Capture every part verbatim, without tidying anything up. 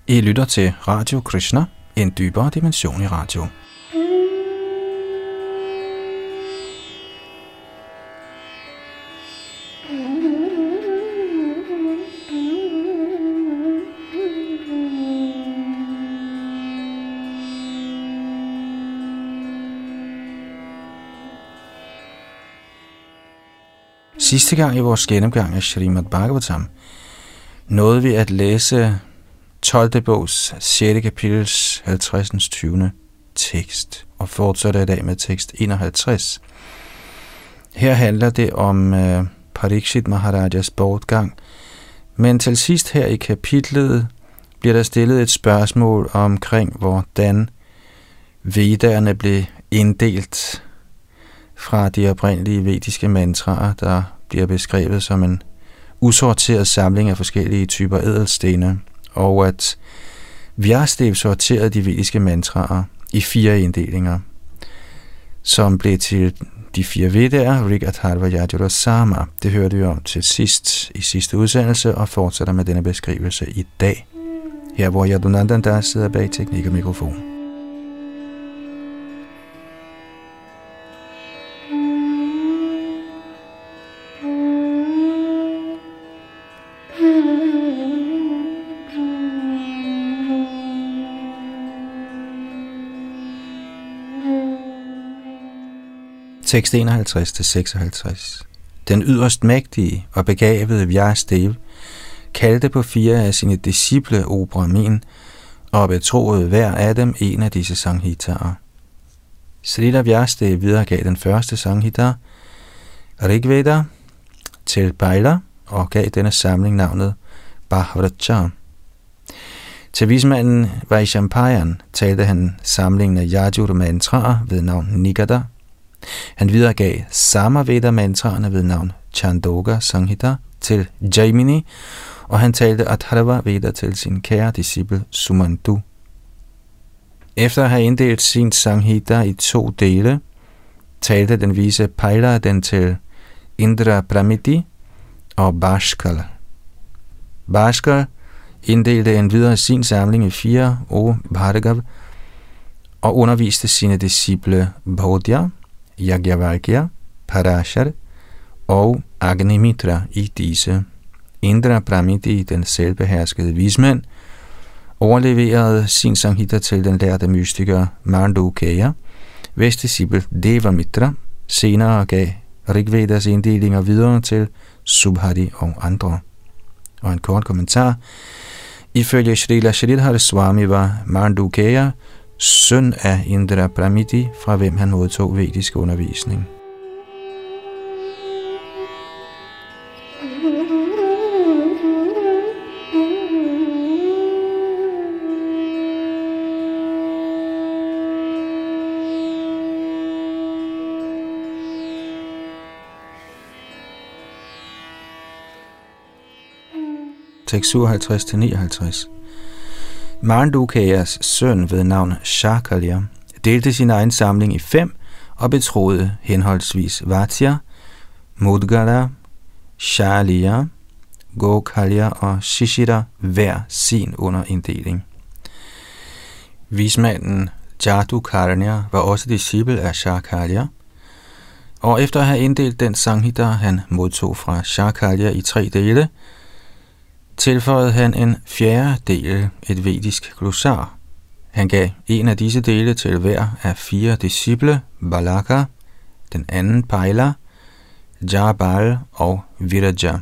I lytter til Radio Krishna, en dybere dimension i radio. Sidste gang i vores gennemgang af Srimad Bhagavatam nåede vi at læse tolvte bogs sjette kapitels halvtreds tyvende tekst, og fortsætter i dag med tekst enoghalvtreds. Her handler det om uh, Parikshit Maharajas bortgang, men til sidst her i kapitlet bliver der stillet et spørgsmål omkring, hvordan Vedderne blev inddelt fra de oprindelige vediske mantraer, der bliver beskrevet som en usorteret samling af forskellige typer ædelstene, og at Vyasadeva sorterede de vediske mantraer i fire inddelinger, som blev til de fire Vedaer, Rig, Atharva, Yajur og Sama. Det hørte vi om til sidst i sidste udsendelse, og fortsætter med denne beskrivelse i dag, her hvor Yadunandan der sidder bag teknik og mikrofon. Tekst enoghalvtreds til seksoghalvtreds. Den yderst mægtige og begavede Vyasadeva kaldte på fire af sine disciple o Brahmin og betroede hver af dem en af disse sanghitaer. Srila Vyasadeva videregav den første sanghita, Rigveda, til Paila og gav denne samling navnet Bhagavatam. Til vismanden Vaishampayan talte han samlingen af Yajur mantraer ved navn Nigada. Han videregav Samaveda mantraerne ved navn Chandoga Sanghita til Jaimini, og han talte Atharva Veda til sin kære disciple Sumantu. Efter at have inddelt sin Sanghita i to dele, talte den vise Paila den til Indra Pramiti og Bhaskar. Bhaskar inddelte endvidere sin samling i fire, O Bhargav, og underviste sine disciple Bodhya, Yagyavalkya, Parashar og Agnimitra i disse. Indra Pramiti, den selvbeherskede vismand, overleverede sin sanghita til den lærte mystiker Marndukeya, hvis disciple Devamitra senere gav Rigvedas inddelinger videre til Subhadi og andre. Og en kort kommentar. Ifølge Srila Sridhar Swami var Marndukeya søn af Indra Pramiti, fra hvem han modtog vedisk undervisning. Tekst syvoghalvtreds til nioghalvtreds. Marndukeyas søn ved navn Shakalya delte sin egen samling i fem og betroede henholdsvis Vatya, Mudgara, Shaliya, Gokalya og Shishira hver sin underinddeling. Vismanden Jatukarnya var også disciple af Shakalya, og efter at have inddelt den sanghita, han modtog fra Shakalya i tre dele, tilføjede han en fjerde del, et vedisk glossar. Han gav en af disse dele til hver af fire disciple, Balaka, den anden Paila, Jabal og Viraja.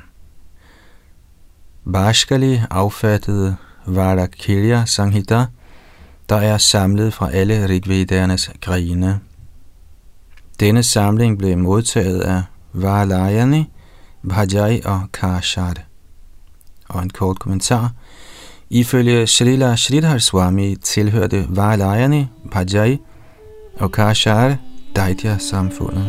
Bhaskali affattede Varakilya Sanghita, der er samlet fra alle Rigvedernes grene. Denne samling blev modtaget af Valayani, Bhajai og Kashar. Og en kort kommentar. Ifølge Srila Sridhar Swami tilhørte Valayani, Bhajai og Kashar Daitya-samfundet.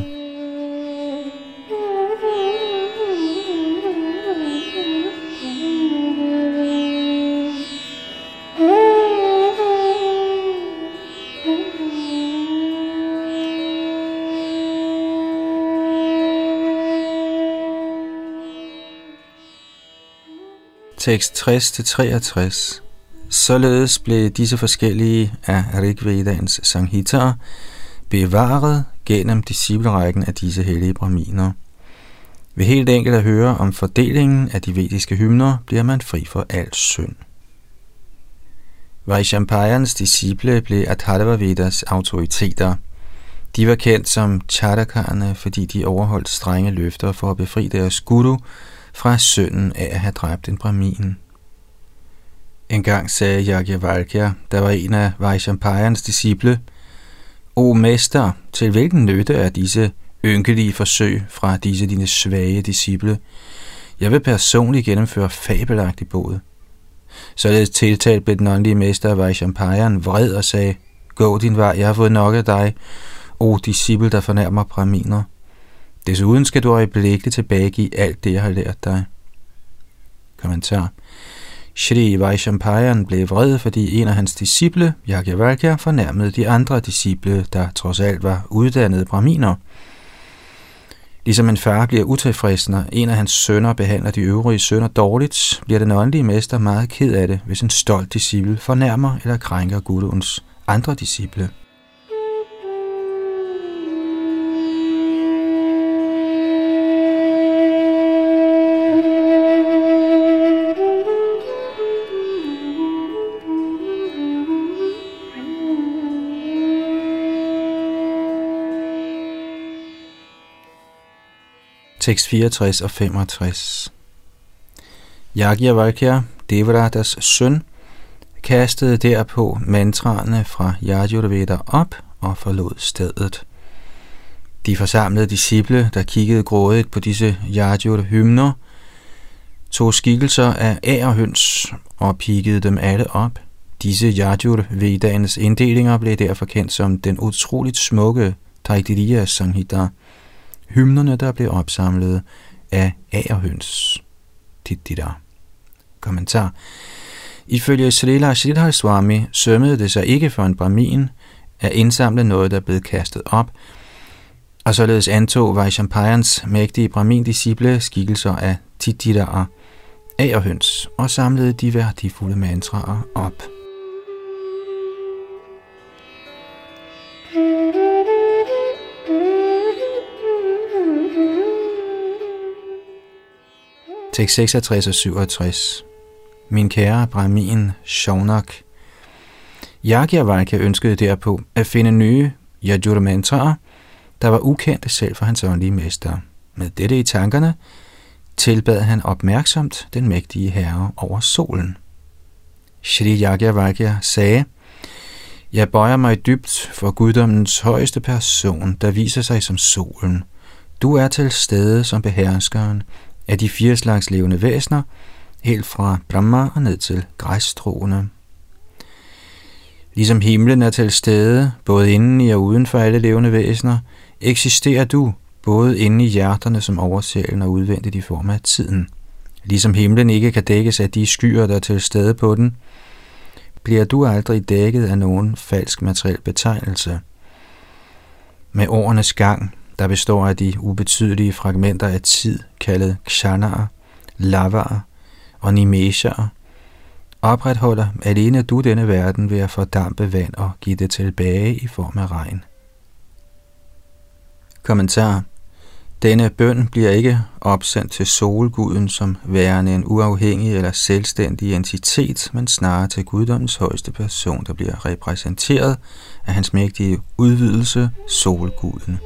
Tekst tres til treogtres. Således blev disse forskellige af Rigvedans Samhitaer bevaret gennem disciplerækken af disse hellige brahminer. Ved helt enkelt at høre om fordelingen af de vediske hymner, bliver man fri for al synd. Vaishampayans disciple blev Atharva Vedas autoriteter. De var kendt som Chadakarne, fordi de overholdt strenge løfter for at befri deres guru fra synden af at have dræbt en brahmin. En gang sagde Yajnavalkya, der var en af Vaishampayans disciple: O mester, til hvilken nytte er disse ynkelige forsøg fra disse dine svage disciple? Jeg vil personligt gennemføre fabelagtig båd. Således tiltalt blev den åndelige mester af Vaishampayan vred og sagde: Gå din vej, jeg har fået nok af dig, o disciple, der fornærmer brahminer. Desuden skal du øjeblikkeligt tilbagegive alt det, jeg har lært dig. Kommentar. Shri Vaishampayan blev vred, fordi en af hans disciple, Yajnavalkya, fornærmede de andre disciple, der trods alt var uddannede brahminer. Ligesom en far bliver utilfreds, når en af hans sønner behandler de øvrige sønner dårligt, bliver den åndelige mester meget ked af det, hvis en stolt disciple fornærmer eller krænker guruens andre disciple. Tekst fireogtres og femogtres. Yajnavalkya, Devvratas søn, kastede derpå mantraerne fra Yajurveda op og forlod stedet. De forsamlede disciple, der kiggede grådigt på disse Yajur-hymner, tog skikkelser af agerhøns og piggede dem alle op. Disse Yajur-vedaens inddelinger blev derfor kendt som den utroligt smukke Taittiriya Samhita, hymnerne, der blev opsamlet af agerhøns. Tittira. Kommentar. Ifølge Srila Sridhar Swami sømmede det sig ikke for en brahmin at indsamle noget, der blev kastet op, og således antog Vaishampayans mægtige brahmin-disciple skikkelser af Tittiraer, agerhøns, og samlede de værdifulde mantraer op. Tekst seksogtres og syvogtres. Min kære brahmin Shaunak, Yajnavalkya ønskede derpå at finde nye Yajur-mantraer, der var ukendte selv for hans åndelige mester. Med dette i tankerne tilbad han opmærksomt den mægtige herre over solen. Shri Yajnavalkya sagde: Jeg bøjer mig dybt for guddommens højeste person, der viser sig som solen. Du er til stede som beherskeren af de fire slags levende væsener, helt fra Brahma og ned til græsstråene. Ligesom himlen er til stede, både inden i og uden for alle levende væsener, eksisterer du, både inde i hjerterne som oversjælen og udvendigt i form af tiden. Ligesom himlen ikke kan dækkes af de skyer, der er til stede på den, bliver du aldrig dækket af nogen falsk materiel betegnelse. Med årenes gang, der består af de ubetydelige fragmenter af tid, kaldet kshanaer, lavaer og nimeshaer, opretholder alene du denne verden ved at fordampe vand og give det tilbage i form af regn. Kommentar. Denne bøn bliver ikke opsendt til solguden som værende en uafhængig eller selvstændig entitet, men snarere til guddommens højeste person, der bliver repræsenteret af hans mægtige udvidelse, solguden.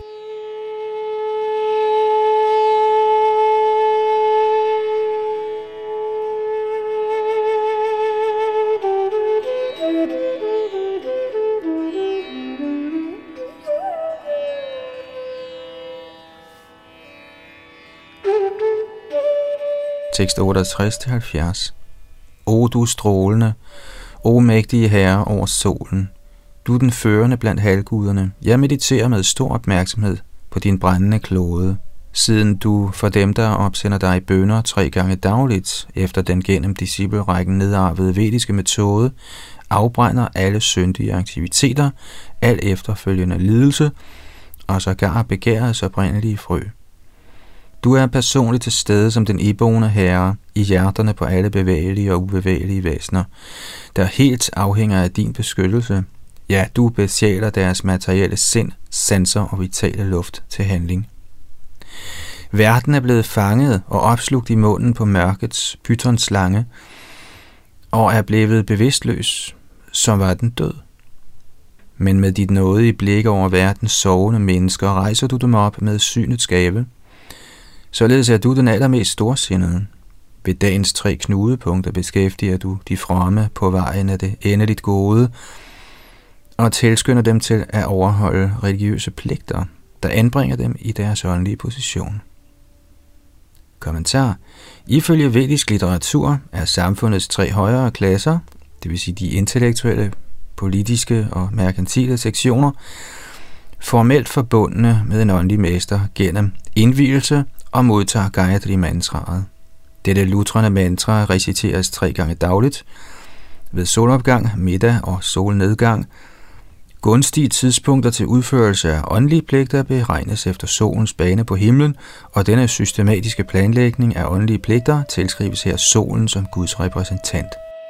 Tekst otteogtres til halvfjerds. O du strålende, o mægtige herre over solen, du er den førende blandt halvguderne. Jeg mediterer med stor opmærksomhed på din brændende klode, siden du for dem, der opsender dig i bønner tre gange dagligt, efter den gennem disciplerækken nedarvede vediske metode, afbrænder alle syndige aktiviteter, al efterfølgende lidelse, og sågar begærets oprindelige frø. Du er personligt til stede som den iboende herre i hjerterne på alle bevægelige og ubevægelige væsener, der helt afhænger af din beskyttelse. Ja, du besjæler deres materielle sind, sanser og vitale luft til handling. Verden er blevet fanget og opslugt i munden på mørkets pythonslange og er blevet bevidstløs, så var den død. Men med dit nådige blik over verdens sovende mennesker rejser du dem op med synets gave. Således er du den allermest storsindede. Ved dagens tre knudepunkter beskæftiger du de fromme på vejen af det endeligt gode og tilskynder dem til at overholde religiøse pligter, der anbringer dem i deres åndelige position. Kommentar. Ifølge vedisk litteratur er samfundets tre højere klasser, det vil sige de intellektuelle, politiske og merkantile sektioner, formelt forbundne med en åndelig mester gennem indvielse og modtager Gayatri mantraet. Dette lutrende mantra reciteres tre gange dagligt, ved solopgang, middag og solnedgang. Gunstige tidspunkter til udførelse af åndelige pligter beregnes efter solens bane på himlen, og denne systematiske planlægning af åndelige pligter tilskrives her solen som Guds repræsentant.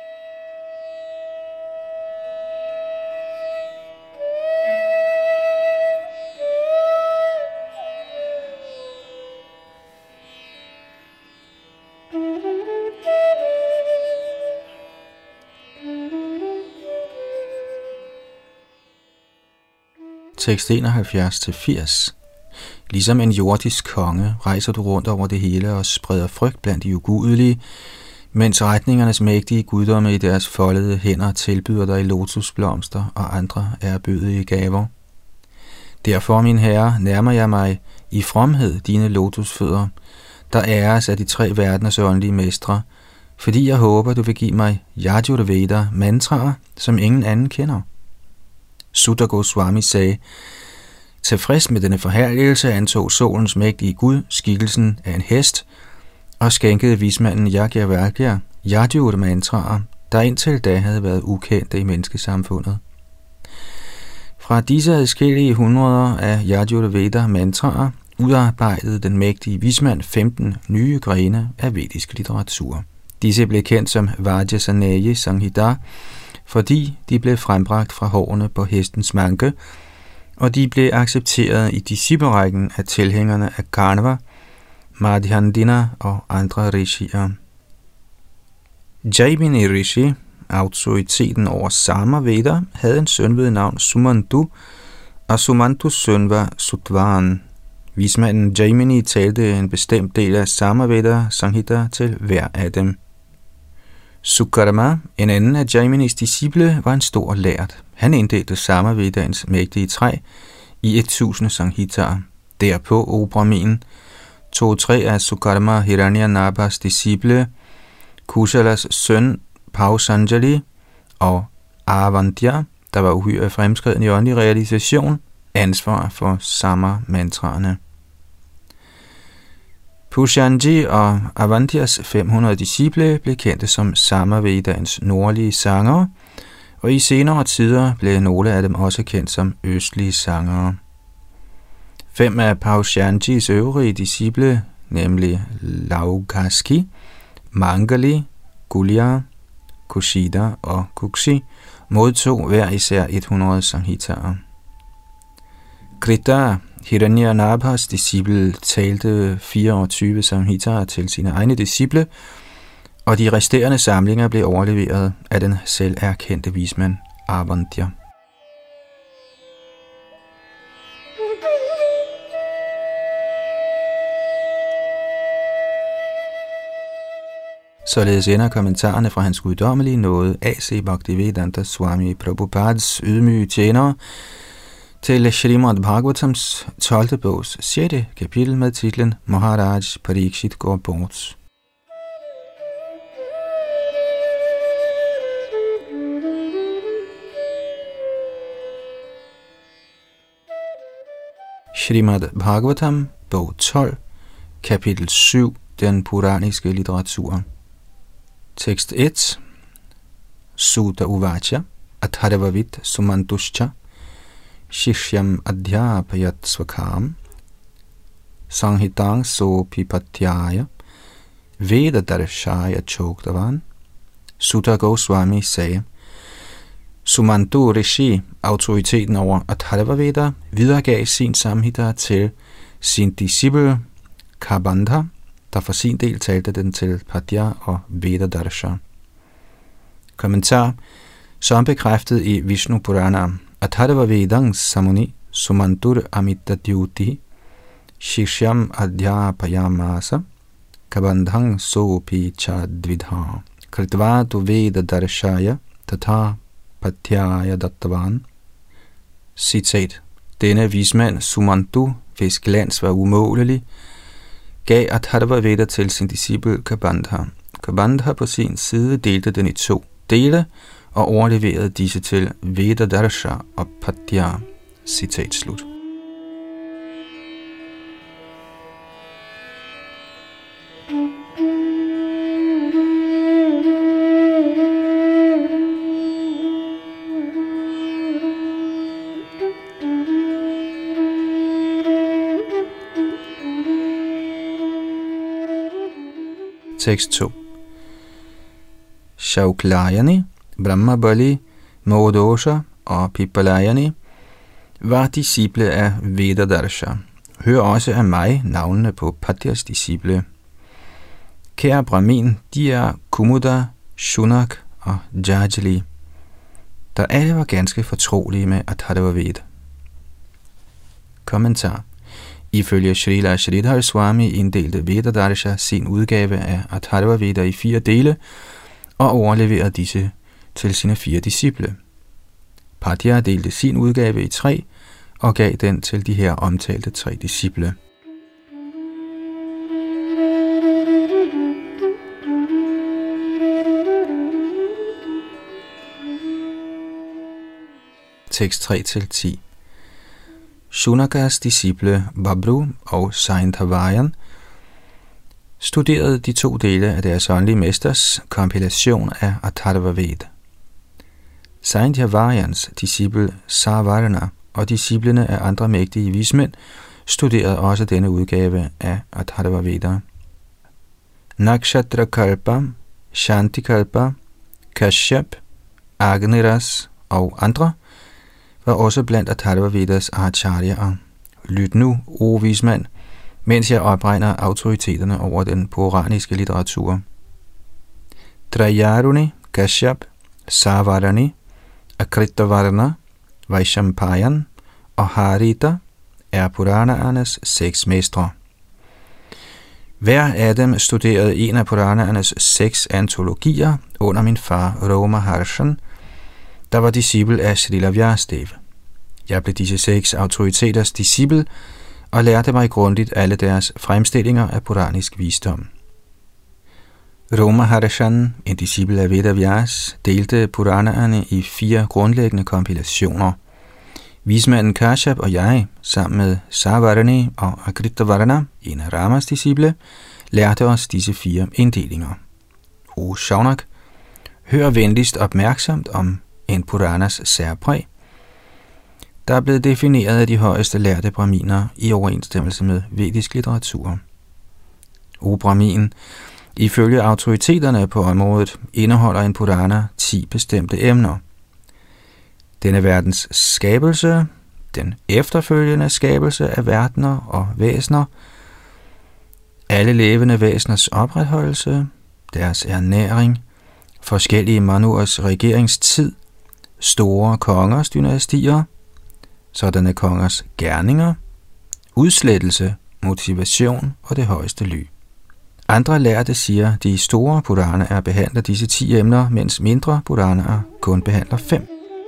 Tekst enoghalvfjerds til firs. Ligesom en jordisk konge rejser du rundt over det hele og spreder frygt blandt de ugudelige, mens retningernes mægtige guddomme i deres foldede hænder tilbyder dig lotusblomster og andre ærbødige gaver. Derfor, min herre, nærmer jeg mig i fromhed dine lotusfødder, der æres af de tre verdeners åndelige mestre, fordi jeg håber, du vil give mig Yajurveda mantraer, som ingen anden kender. Sutta Goswami sagde, tilfreds med denne forherligelse antog solens mægtige gud skikkelsen af en hest og skænkede vismanden Yajnavalkya Yajur mantraer, der indtil da havde været ukendte i menneskesamfundet. Fra disse adskillige hundreder af Yajurveda mantraer udarbejdede den mægtige vismand femten nye grene af vedisk litteratur. Disse blev kendt som Vajrasaneyi Samhita, fordi de blev frembragt fra hårene på hestens manke, og de blev accepteret i disciplerækken af tilhængerne af Karnava, Madhyandina og andre rishier. Jaimini Rishi, autoriteten over Samaveda, havde en søn ved navn Sumantu, og Sumantus søn var Sutvan. Vismanden Jaimini talte en bestemt del af Samaveda Samhita til hver af dem. Sukarma, en anden af Jaiminis disciple, var en stor lærd. Han inddelte Samavedaens mægtige træ i tusind samhitaer. Derpå, o Brahmin, tog tre af Sukarma Hiranyanabhas disciple, Kushalas søn Pausanjali og Avantya, der var uhyre fremskreden i åndelig realisation, ansvar for Sama-mantraerne. Pushanji og Avantias fem hundrede disciple blev kendte som Samavedaens nordlige sangere, og i senere tider blev nogle af dem også kendt som østlige sangere. Fem af Paushanjis øvrige disciple, nemlig Laukaski, Mangali, Gulya, Kushida og Kuksi, modtog hver især hundrede samhitaer. Krita, Hiranyanabhas disciple, talte fireogtyve samhitaer til sine egne disciple, og de resterende samlinger blev overleveret af den selv erkendte vismand Avantya. Således ender kommentarerne fra hans guddommelige nåde A C Bhaktivedanta Swami Prabhupads ydmyge tjenere til Srimad Bhagavatams tolvte bogs sjette kapitel med titlen Maharaj Parikshit går bort. Srimad Bhagavatam, bog tolv, kapitel syv, den puraniske litteratur. Tekst et. Sutta uvacha, atharvavit sumantuscha, shishyam adhyapayat svakam, Sanghitang sopi patyaya Veda darshaya chokdavan. Sutta Goswami sagde, Sumanto Rishi, autoriteten over Atharva Veda, videregav sin samhita til sin disciple Kabandha, der for sin del talte den til Padya og Veda Darsha. Kommentar. Som bekræftet i Vishnu Purana, Atharva Vedang Samuni Sumantur Amita Dyuti Shishyam Adhyapayamasa Kabandhang Sopi Chadvidha Kritva tu Veda Darshaya Tata Patyaya Dattavan. Citat. Denne vismand Sumantu, hvis glans var umålelig, gav Atharva Veda til sin disciple Kabandha. Kabandha på sin side delte den i to dele og overleverede disse til Veda Darsha og Padya. Citat slut. Tekst to. Shauklayani, Brahmabali, Modosha og Pipalayani var disciple af Veda Darsha. Hør også af mig navnene på Padyas disciple. Kære Brahmin, de er Kumuda, Shunak og Jajali, der alle var ganske fortrolige med Atharva Veda. Kommentar. Ifølge Srila Sridhar Swami inddelte Veda Darsha sin udgave af Atharva Veda i fire dele og overleverede disse til sine fire disciple. Padya delte sin udgave i tre og gav den til de her omtalte tre disciple. Tekst tre til ti. Shunakas disciple Babru og Saindhavayan studerede de to dele af deres åndelige mesters kompilation af Atharva Veda. Saindhavayans disciple Savarna og disciplene af andre mægtige vismænd studerede også denne udgave af Atharva Veda. Nakshatra Kalpa, Shanti Kalpa, Kashyap, Agniras og andre var også blandt Atharva Vedas acharyaer. Lyt nu, o vismand, mens jeg opregner autoriteterne over den puraniske litteratur. Trayaruni, Kashyap, Savarani, Akritavarna, Vaishampayan og Harita er Puranaernes seks mestre. Hver af dem studerede en af Puranaernes seks antologier under min far Roma Harshan, der var disciple af Srila Vyasadeva. Jeg blev disse seks autoriteters disciple og lærte mig grundigt alle deres fremstillinger af puranisk visdom. Roma Harshan, en disciple af Veda Vyas, delte Puranaerne i fire grundlæggende kompilationer. Vismanden Kashyap og jeg, sammen med Savarani og Akritavarna, en af Ramas disciple, lærte os disse fire inddelinger. O Shaunak, hør venligst opmærksomt om en Puranas særpræg, der er blevet defineret af de højeste lærte brahminer i overensstemmelse med vedisk litteratur. O Brahmin, ifølge autoriteterne på området indeholder en Purana ti bestemte emner. Denne verdens skabelse, den efterfølgende skabelse af verdener og væsener, alle levende væseners opretholdelse, deres ernæring, forskellige manuers regeringstid, store kongers dynastier, sådanne kongers gerninger, udslettelse, motivation og det højeste ly. Andre lærte siger, at de store Puranaer behandler disse ti emner, mens mindre Puranaer kun behandler fem.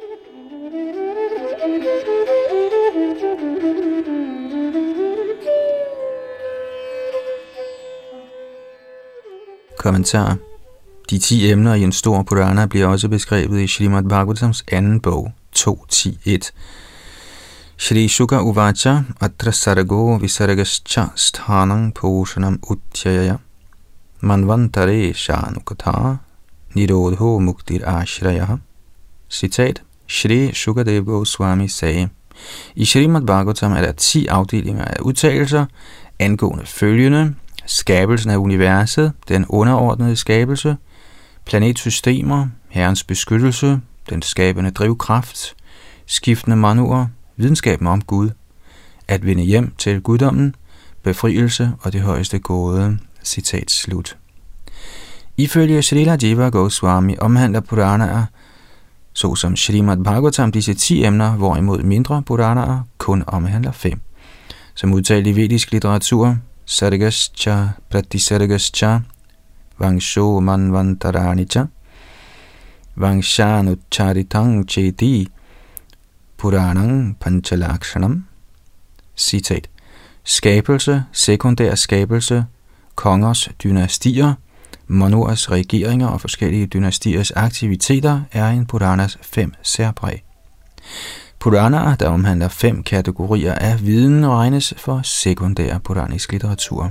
Kommentar. De ti emner i en stor Purana bliver også beskrevet i Srimad Bhagavatams anden bog, to ti et. Shri Shuka Uvacha Atra Sargo Visargascha Sthanang Poshanam Uttyaya Manvantare Shanukatha Nirodho Muktir Ashraya. Citat. Shri Shukadev Goswami sagde, i Srimad Bhagavatam er der ti afdelinger af udtalelser, angående følgende: skabelsen af universet, den underordnede skabelse, planetsystemer, Herrens beskyttelse, den skabende drivkraft, skiftende manuer, videnskaben om Gud, at vende hjem til guddommen, befrielse og det højeste gåde. Citat slut. Ifølge Srila Jiva Goswami omhandler Puranaer, såsom Srimad Bhagavatam, disse ti emner, hvorimod mindre Puranaer kun omhandler fem. Som udtalt i vedisk litteratur, Sargascha Pratisargascha Vangsho Manvantaranicha Vangshanucharitang Chedi Puranang Panchalakshanam. Citat. Skabelse, sekundær skabelse, kongers dynastier, manuers regeringer og forskellige dynastiers aktiviteter er en Puranas fem særpræg. Puranaer, der omhandler fem kategorier af viden, regnes for sekundær puranisk litteratur.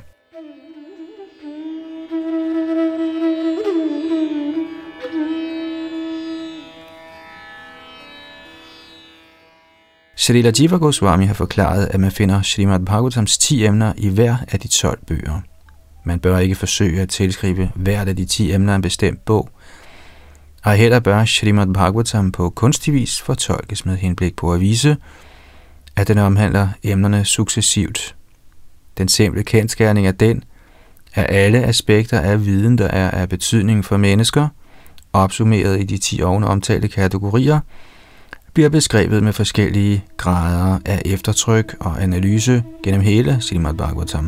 Srila Jiva Goswami har forklaret, at man finder Srimad Bhagavatams ti emner i hver af de tolv bøger. Man bør ikke forsøge at tilskrive hvert af de ti emner en bestemt bog, og heller bør Srimad Bhagavatam på kunstig vis fortolkes med henblik på at vise, at den omhandler emnerne successivt. Den simple kendsgerning er den, at alle aspekter af viden, der er af betydning for mennesker, opsummeret i de ti oven omtalte kategorier, bliver beskrevet med forskellige grader af eftertryk og analyse gennem hele Srimad Bhagavatam.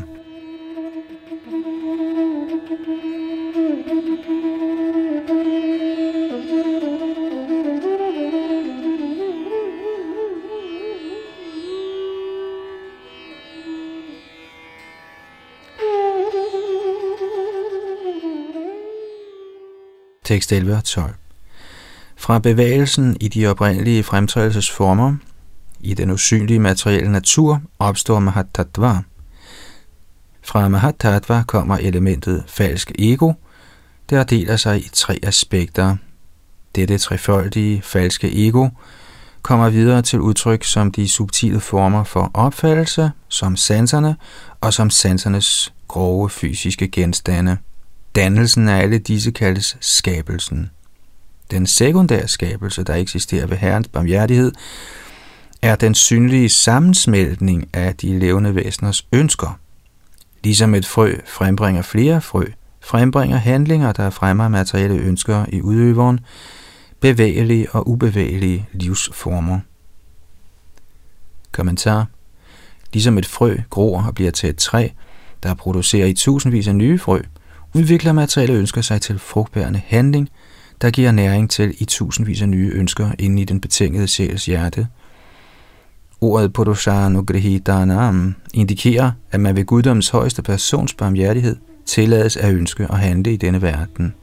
Tekst elleve og tolv. Fra bevægelsen i de oprindelige fremtrædelsesformer, i den usynlige materielle natur, opstår Mahatattva. Fra Mahatattva kommer elementet falsk ego, der deler sig i tre aspekter. Dette trefoldige falske ego kommer videre til udtryk som de subtile former for opfattelse, som sanserne og som sansernes grove fysiske genstande. Dannelsen af alle disse kaldes skabelsen. Den sekundære skabelse, der eksisterer ved Herrens barmhjertighed, er den synlige sammensmeltning af de levende væseners ønsker. Ligesom et frø frembringer flere frø, frembringer handlinger, der fremmer materielle ønsker i udøveren, bevægelige og ubevægelige livsformer. Kommentar. Ligesom et frø gror og bliver til et træ, der producerer i tusindvis af nye frø, udvikler materielle ønsker sig til frugtbærende handling, der giver næring til i tusindvis af nye ønsker inde i den betingede sjæls hjerte. Ordet Purushanugrahitanam indikerer, at man ved guddommens højeste persons barmhjertighed tillades at ønske og handle i denne verden.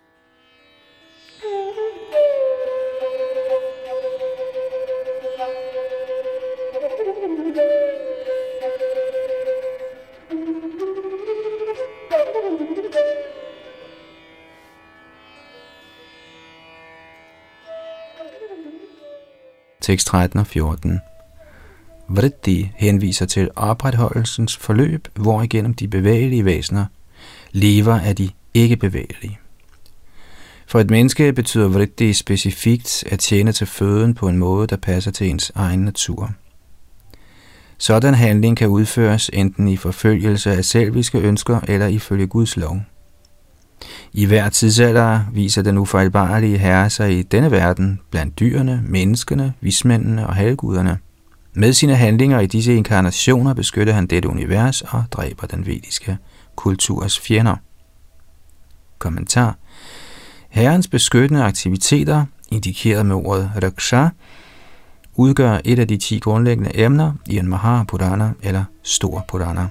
Tekst tretten og fjorten. Vritti henviser til opretholdelsens forløb, hvorigennem de bevægelige væsener lever af de ikke-bevægelige. For et menneske betyder vritti specifikt at tjene til føden på en måde, der passer til ens egen natur. Sådan handling kan udføres enten i forfølgelse af selviske ønsker eller ifølge Guds lov. I hver tidsalder viser den ufejlbarlige herre sig i denne verden blandt dyrene, menneskene, vismændene og halvguderne. Med sine handlinger i disse inkarnationer beskytter han dette univers og dræber den vediske kulturs fjender. Kommentar. Herrens beskyttende aktiviteter, indikeret med ordet Raksha, udgør et af de ti grundlæggende emner i en Mahapurana eller Stor Purana.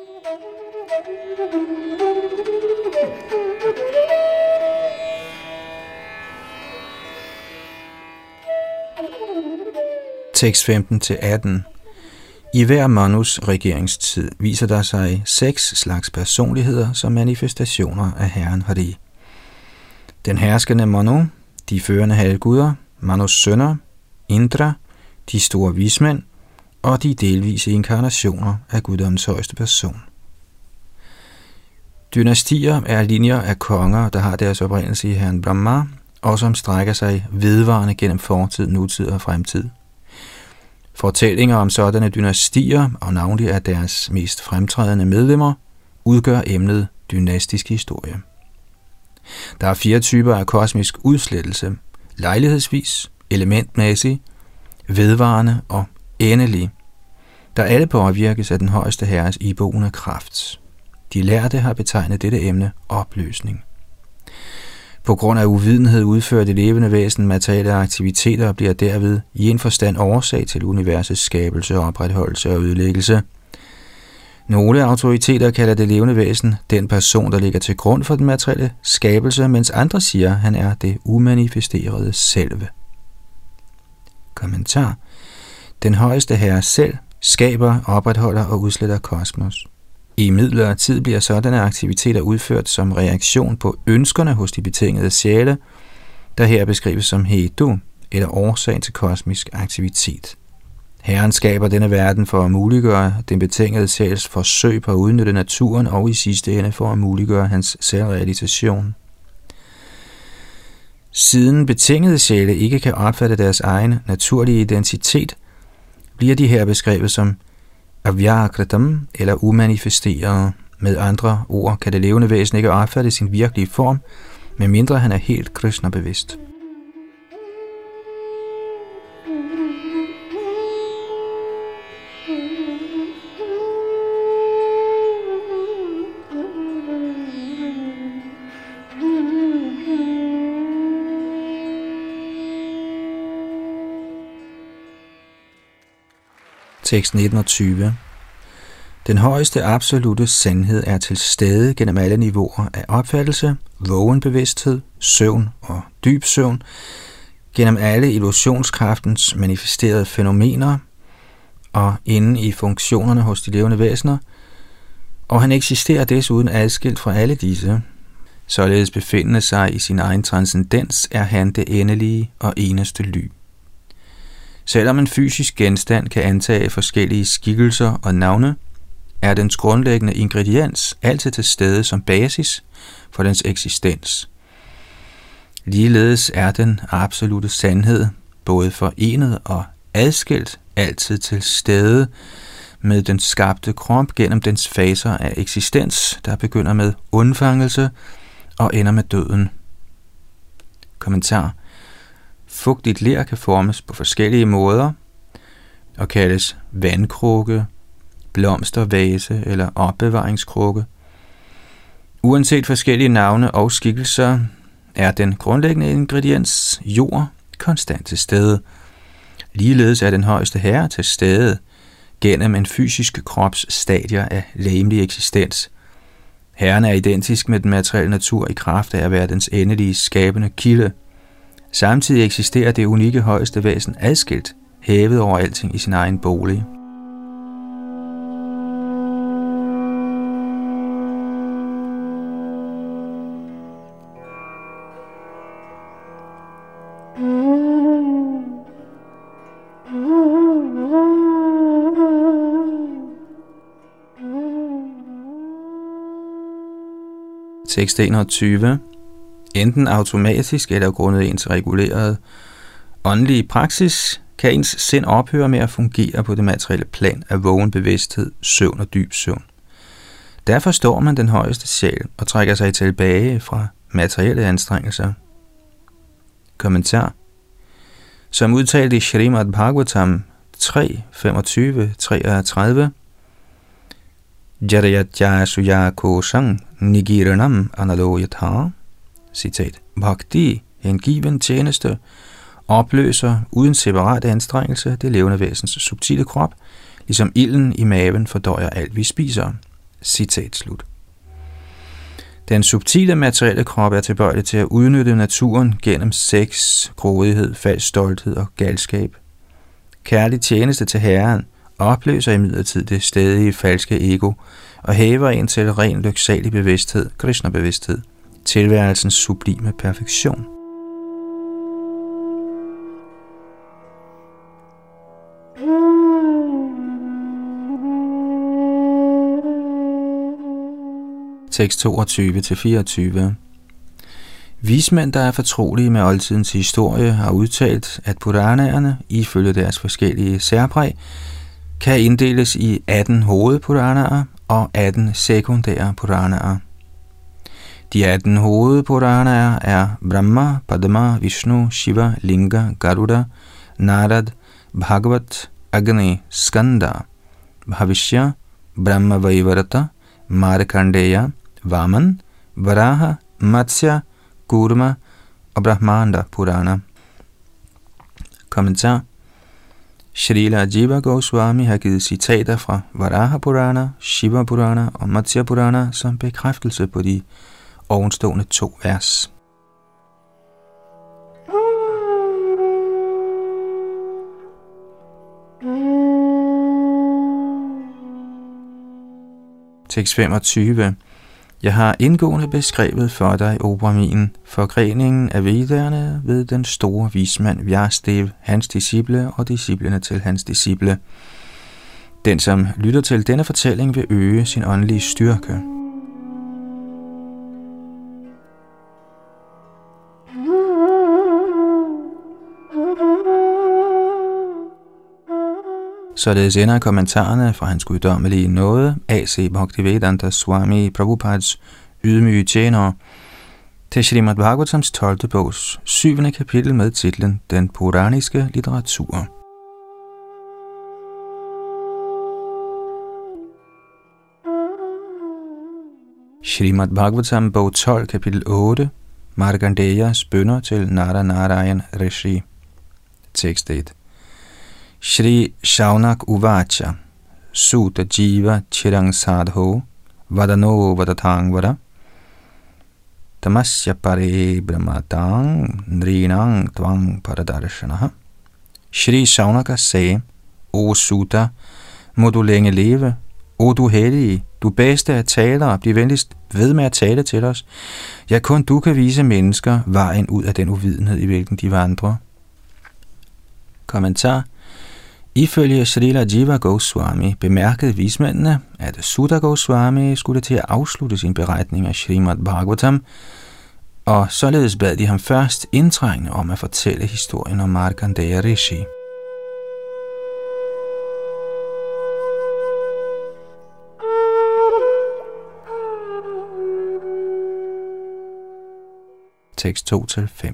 Tekst femten til atten. I hver manus regeringstid viser der sig seks slags personligheder som manifestationer af Herren Hari. Den herskende Manu, de førende halvguder, Manus sønner, Indra, de store vismænd og de delvise inkarnationer af guddommens højeste person. Dynastier er linjer af konger, der har deres oprindelse i Herren Brahma, og som strækker sig vedvarende gennem fortid, nutid og fremtid. Fortællinger om sådanne dynastier, og navnlig af deres mest fremtrædende medlemmer, udgør emnet dynastisk historie. Der er fire typer af kosmisk udslettelse: lejlighedsvis, elementmæssig, vedvarende og endelig, der alle påvirkes af den højeste herres iboende kraft. De lærde har betegnet dette emne opløsning. På grund af uvidenhed udfører det levende væsen materielle aktiviteter og bliver derved i en forstand årsag til universets skabelse, opretholdelse og ødelæggelse. Nogle autoriteter kalder det levende væsen den person, der ligger til grund for den materielle skabelse, mens andre siger, at han er det umanifesterede selve. Kommentar. Den højeste herre selv skaber, opretholder og udsletter kosmos. I midlertid bliver sådanne aktiviteter udført som reaktion på ønskerne hos de betingede sjæle, der her beskrives som hetu, eller årsag til kosmisk aktivitet. Herren skaber denne verden for at muliggøre den betingede sjæls forsøg på at udnytte naturen og i sidste ende for at muliggøre hans selvrealisation. Siden betingede sjæle ikke kan opfatte deres egen naturlige identitet, bliver de her beskrevet som avyakritam eller umanifesterede. Med andre ord kan det levende væsen ikke opfatte sin virkelige form, medmindre han er helt Krishna-bevidst. Tekst nitten og tyve. Den højeste absolute sandhed er til stede gennem alle niveauer af opfattelse, vågenbevidsthed, søvn og dyb søvn, gennem alle illusionskraftens manifesterede fænomener og inde i funktionerne hos de levende væsener, og han eksisterer desuden adskilt fra alle disse. Således befindende sig i sin egen transcendens er han det endelige og eneste ly. Selvom en fysisk genstand kan antage forskellige skikkelser og navne, er dens grundlæggende ingrediens altid til stede som basis for dens eksistens. Ligeledes er den absolute sandhed, både forenet og adskilt, altid til stede med den skabte krop gennem dens faser af eksistens, der begynder med undfangelse og ender med døden. Kommentar. Fugtigt ler kan formes på forskellige måder og kaldes vandkrukke, blomstervase eller opbevaringskrukke. Uanset forskellige navne og skikkelser er den grundlæggende ingrediens jord konstant til stede. Ligeledes er den højeste herre til stede gennem en fysisk krops stadier af legemlig eksistens. Herren er identisk med den materielle natur i kraft af at være dens endelige skabende kilde. Samtidig eksisterer det unikke højeste væsen adskilt, hævet over alting i sin egen bolig. Tekst enogtyve. Enten automatisk eller grundet ens regulerede åndelige praksis, kan ens sind ophøre med at fungere på det materielle plan af vågen bevidsthed, søvn og dyb søvn. Der forstår man den højeste sjæl og trækker sig tilbage fra materielle anstrengelser. Kommentar. Som udtalt i Srimad Bhagavatam tre, femogtyve til treogtredive, Jarayatya suya koshang nigiranam analoyatha, citat, Bhakti, hengiven tjeneste, opløser uden separat anstrengelse det levende væsens subtile krop, ligesom ilden i maven fordøjer alt vi spiser. Citat slut. Den subtile materielle krop er tilbøjelig til at udnytte naturen gennem sex, grådighed, falsk stolthed og galskab. Kærlig tjeneste til Herren opløser imidlertid det stadige falske ego og hæver en til ren lyksalig bevidsthed, Krishna-bevidsthed, tilværelsens sublime perfektion. Tekst toogtyve til fireogtyve. Vismænd, der er fortrolige med oldtidens historie, har udtalt, at Puranaerne, ifølge deres forskellige særpræg, kan inddeles i atten hovedpuranaer og atten sekundære puranaer. De atten hovedpuranaer er Brahma, Padma, Vishnu, Shiva, Linga, Garuda, Narad, Bhagavat, Agni, Skanda, Bhavishya, Brahma Vaivarata, Markandeya, Vaman, Varaha, Matsya, Kurma og Brahmanda Purana. Kommentar. Shrila Jiva Goswami har givet citater fra Varaha Purana, Shiva Purana og Matsya Purana som bekræftelse på de ovenstående to vers. Tekst femogtyve. Jeg har indgående beskrevet for dig, O Brahmin, forgreningen af Vedderne ved den store vismand Vyastev, hans disciple og disciplene til hans disciple. Den, som lytter til denne fortælling, vil øge sin åndelige styrke. Således ender kommentarerne fra hans guddommelige nåde, A C Bhaktivedanta Swami Prabhupads ydmyge tjenere, til Srimad Bhagavatams tolvte bogs syvende kapitel med titlen Den Puraniske litteratur. Srimad Bhagavatam bog tolv kapitel otte, Markandeyas bønner til Nara Narayan Rishi. Tekst et. Shri Shaunak Uvacha Sutta Jiva Chirang Sadho Vadano Vadatang Vada Tamasya Pare Brahmatang Nrinang Tvang Paradarshanaha. Shri Shaunaka sagde: O Sutta, må du længe leve. O du hellige, du bedste af talere, bliv venligst ved med at tale til os. Ja, kun du kan vise mennesker vejen ud af den uvidenhed, i hvilken de vandrer. Kommentar. Ifølge Srila Jiva Goswami bemærkede vismændene, at Sutta Goswami skulle til at afslutte sin beretning af Srimad Bhagavatam, og således bad de ham først indtrængende om at fortælle historien om Markandeya Rishi. Tekst to til fem.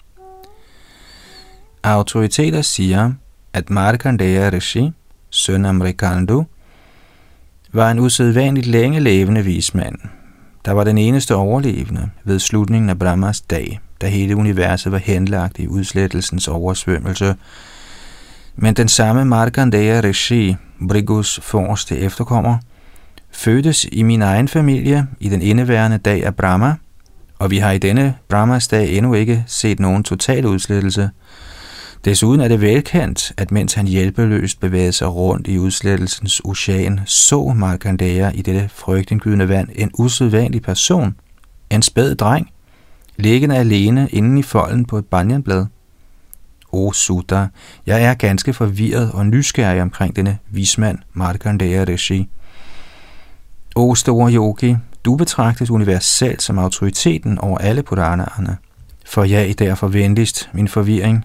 Autoriteter siger, at Markandeya Rishi, søn af Mrikandu, var en usædvanligt længe levende vismand, der var den eneste overlevende ved slutningen af Brahmas dag, da hele universet var henlagt i udslettelsens oversvømmelse. Men den samme Markandeya Rishi, Brigus forreste efterkommer, fødtes i min egen familie i den indeværende dag af Brahma, og vi har i denne Brahmas dag endnu ikke set nogen total udslettelse. Desuden er det velkendt, at mens han hjælpeløst bevægede sig rundt i udslettelsens ocean, så Markandeya i dette frygtindgydende vand en usædvanlig person, en spæd dreng, liggende alene inde i folden på et banyanblad. O Sutta, jeg er ganske forvirret og nysgerrig omkring denne vismand, Markandeya Rishi. O store yogi, du betragtes universelt som autoriteten over alle Puranaerne. For jeg er derfor venligst min forvirring.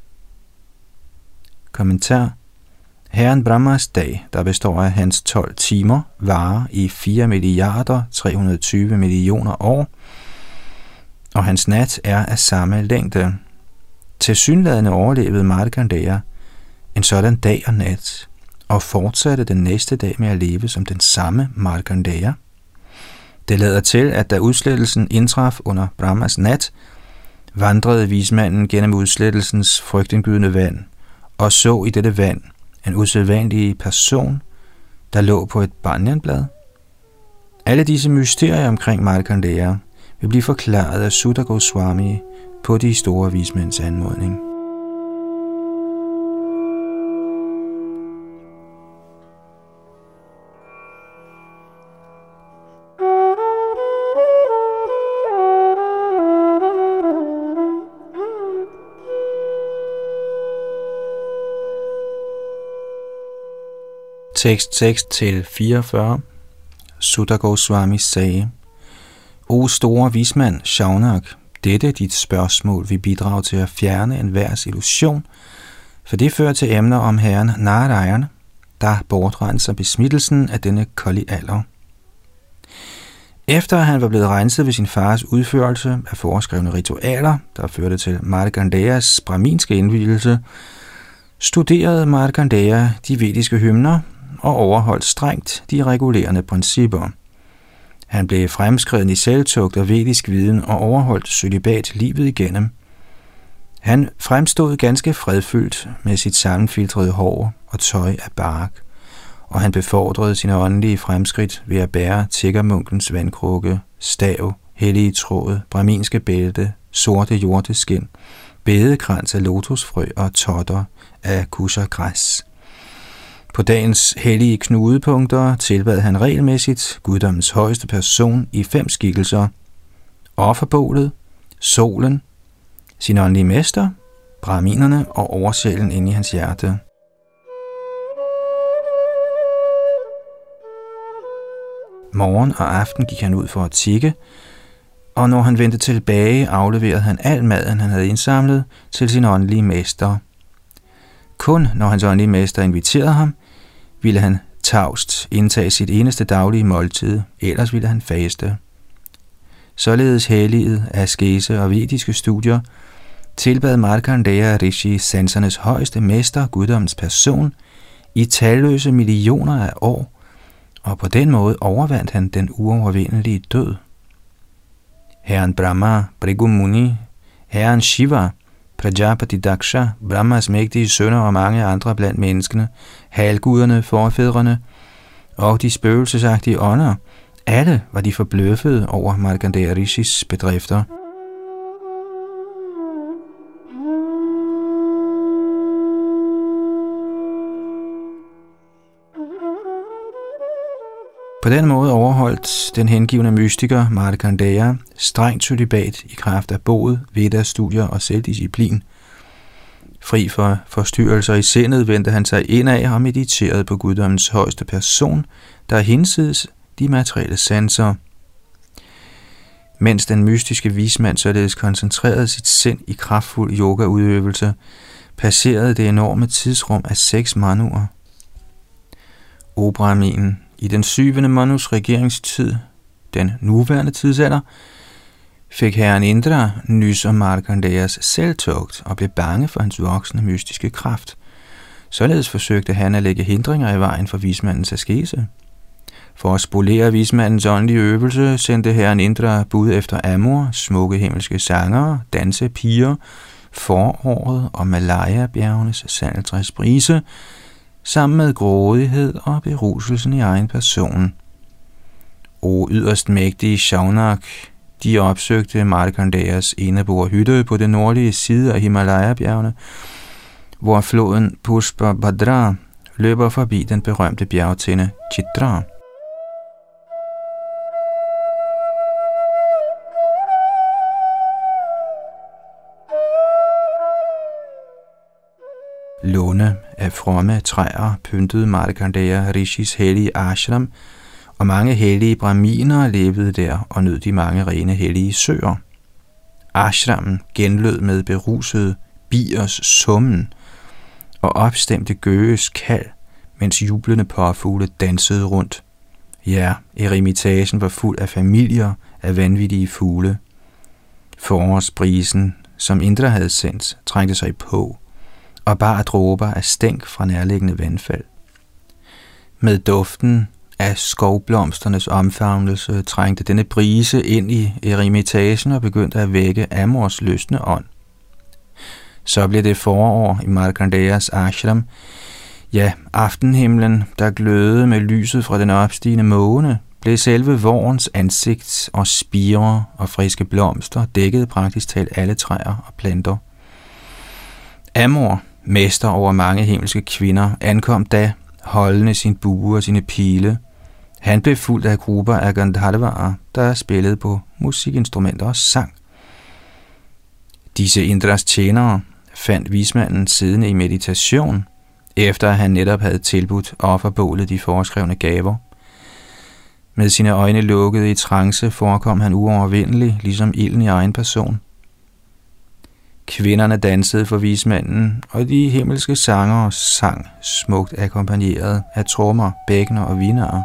Kommentar. Herren Brahmas dag, der består af hans tolv timer, varer i fire milliarder tre hundrede og tyve millioner år, og hans nat er af samme længde. Tilsyneladende overlevede Markandeya en sådan dag og nat, og fortsatte den næste dag med at leve som den samme Markandeya. Det lader til, at da udslettelsen indtraf under Brahmas nat, vandrede vismanden gennem udslettelsens frygtindgydende vand, og så i dette vand en usædvanlig person, der lå på et banyanblad. Alle disse mysterier omkring Markandeya vil blive forklaret af Sutta Goswami på de store vismænds anmodning. Tekst seks til fireogfyrre. Sutta Goswami sagde: O store vismand Shaunak, dette dit spørgsmål vil bidrage til at fjerne enhvers illusion, for det fører til emner om herren Narayan, der bortrenser besmittelsen af denne kolde alder. Efter at han var blevet renset ved sin fars udførelse af foreskrevne ritualer, der førte til Markandeyas brahminske indvielse, studerede Markandeya de vediske hymner og overholdt strengt de regulerende principper. Han blev fremskreden i selvtugt og vedisk viden og overholdt cølibat livet igennem. Han fremstod ganske fredfyldt med sit sammenfiltrede hår og tøj af bark, og han befordrede sine åndelige fremskridt ved at bære tiggermunkens vandkrukke, stav, hellige tråd, brahminske bælte, sorte hjorteskin, bedekrans af lotusfrø og totter af kussergræs. På dagens hellige knudepunkter tilbad han regelmæssigt guddommens højeste person i fem skikkelser: offerbålet, solen, sin åndelige mester, brahminerne og oversjælen inde i hans hjerte. Morgen og aften gik han ud for at tigge, og når han vendte tilbage, afleverede han al maden, han havde indsamlet, til sin åndelige mester. Kun når hans åndelige mester inviterede ham, ville han tavst indtage sit eneste daglige måltid, ellers ville han faste. Således helliget, askese og vediske studier tilbad Markandeya Rishi sansernes højeste mester, guddommens person, i talløse millioner af år, og på den måde overvandt han den uovervindelige død. Herren Brahma, Bhrigu Muni, herren Shiva, Prajapati Daksha, Brahmas mægtige sønner og mange andre blandt menneskene, halvguderne, forfædrene og de spøgelsesagtige ånder, alle var de forbløffede over Markandeya Rishis bedrifter. På den måde overholdt den hengivne mystiker Markandeya strengt cølibat i kraft af boet, Veda-studier og selvdisciplin. Fri for forstyrrelser i sindet vendte han sig indad og mediterede på guddommens højeste person, der hinsides de materielle sanser. Mens den mystiske vismand således koncentrerede sit sind i kraftfuld yogaudøvelse, passerede det enorme tidsrum af seks manuer. O Brahmin, i den syvende manus regeringstid, den nuværende tidsalder, fik herren Indra nys om Markandeyas selvtugt og blev bange for hans voksende mystiske kraft. Således forsøgte han at lægge hindringer i vejen for vismandens askese. For at spolere vismandens åndelige øvelse sendte herren Indra bud efter Amor, smukke himmelske sangere, dansepiger, foråret og Malaya-bjergenes sandeltræsbrise, sammen med grådighed og beruselsen i egen person. O yderst mægtige Shaunak, de opsøgte Markandeyas eneboerhytte på den nordlige side af Himalaya-bjergene, hvor floden Pushpabhadra løber forbi den berømte bjergtinde Chitra. Lunde af fromme træer pyntede Markandeya Rishis hellige ashram, og mange hellige brahminer levede der og nød de mange rene hellige søer. Ashrammen genlød med berusede biers summen og opstemte gøges kald, mens jublende påfugle dansede rundt. Ja, eremitagen var fuld af familier af vanvittige fugle. Forårsbrisen, som Indra havde sendt, trængte sig på og bar dråber af stænk fra nærliggende vandfald. Med duften af skovblomsternes omfavnelse trængte denne brise ind i eremitagen og begyndte at vække Amors lystne ånd. Så blev det forår i Markandeyas ashram. Ja, aftenhimlen, der glødede med lyset fra den opstigende måne, blev selve vårens ansigt, og spirer og friske blomster dækkede praktisk talt alle træer og planter. Amor, mester over mange himmelske kvinder, ankom da, holdende sin bue og sine pile. Han blev fuldt af grupper af Gandharvaer, der spillede på musikinstrumenter og sang. Disse Indras tjenere fandt vismanden siddende i meditation, efter at han netop havde tilbudt offerbålet de foreskrevne gaver. Med sine øjne lukkede i trance forekom han uovervindelig, ligesom ilden i egen person. Kvinderne dansede for vismanden, og de himmelske sangere sang smukt akkompagneret af trommer, bækkener og vinarer.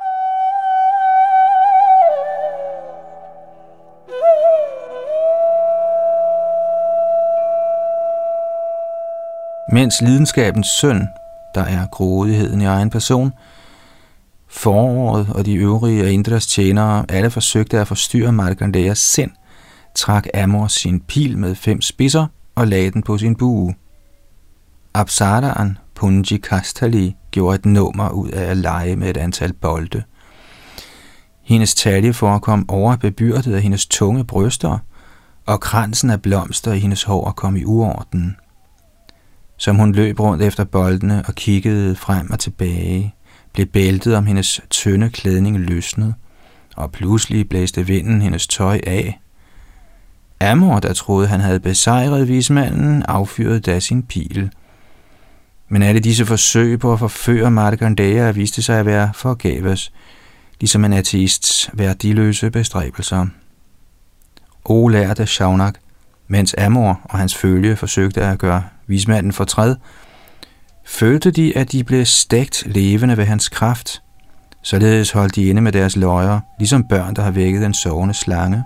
Mens lidenskabens søn, der er grådigheden i egen person, foråret og de øvrige af Indras tjenere alle forsøgte at forstyrre Markandeyas sind, trak Amor sin pil med fem spidser og lagde den på sin bue. Apsaraen, Punji Kastali, gjorde et nummer ud af at lege med et antal bolde. Hendes talje forekom overbebyrdet af hendes tunge bryster, og kransen af blomster i hendes hår kom i uorden. Som hun løb rundt efter boldene og kiggede frem og tilbage, blev bæltet om hendes tynde klædning løsnet, og pludselig blæste vinden hendes tøj af. Amor, der troede, han havde besejret vismanden, affyrede da sin pil. Men alle disse forsøg på at forføre Markandeya viste sig at være forgæves, ligesom en ateists værdiløse bestræbelser. O lærte Shaunak, mens Amor og hans følge forsøgte at gøre vismanden fortræd, følte de, at de blev stegt levende ved hans kraft. Således holdt de inde med deres løjer, ligesom børn, der har vækket en sovende slange.